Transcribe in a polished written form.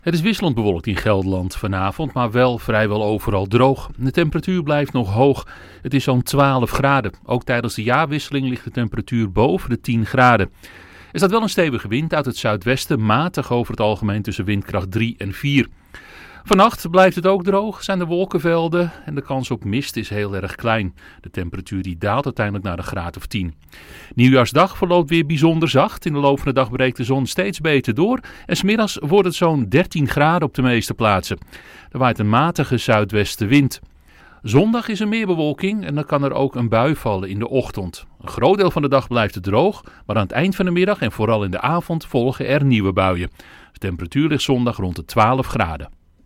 Het is wisselend bewolkt in Gelderland vanavond, maar wel vrijwel overal droog. De temperatuur blijft nog hoog. Het is zo'n 12 graden. Ook tijdens de jaarwisseling ligt de temperatuur boven de 10 graden. Er staat wel een stevige wind uit het zuidwesten, matig over het algemeen tussen windkracht 3 en 4. Vannacht blijft het ook droog, zijn er wolkenvelden en de kans op mist is heel erg klein. De temperatuur die daalt uiteindelijk naar een graad of 10. Nieuwjaarsdag verloopt weer bijzonder zacht. In de loop van de dag breekt de zon steeds beter door en 's middags wordt het zo'n 13 graden op de meeste plaatsen. Er waait een matige zuidwestenwind. Zondag is er meer bewolking en dan kan er ook een bui vallen in de ochtend. Een groot deel van de dag blijft het droog, maar aan het eind van de middag en vooral in de avond volgen er nieuwe buien. De temperatuur ligt zondag rond de 12 graden.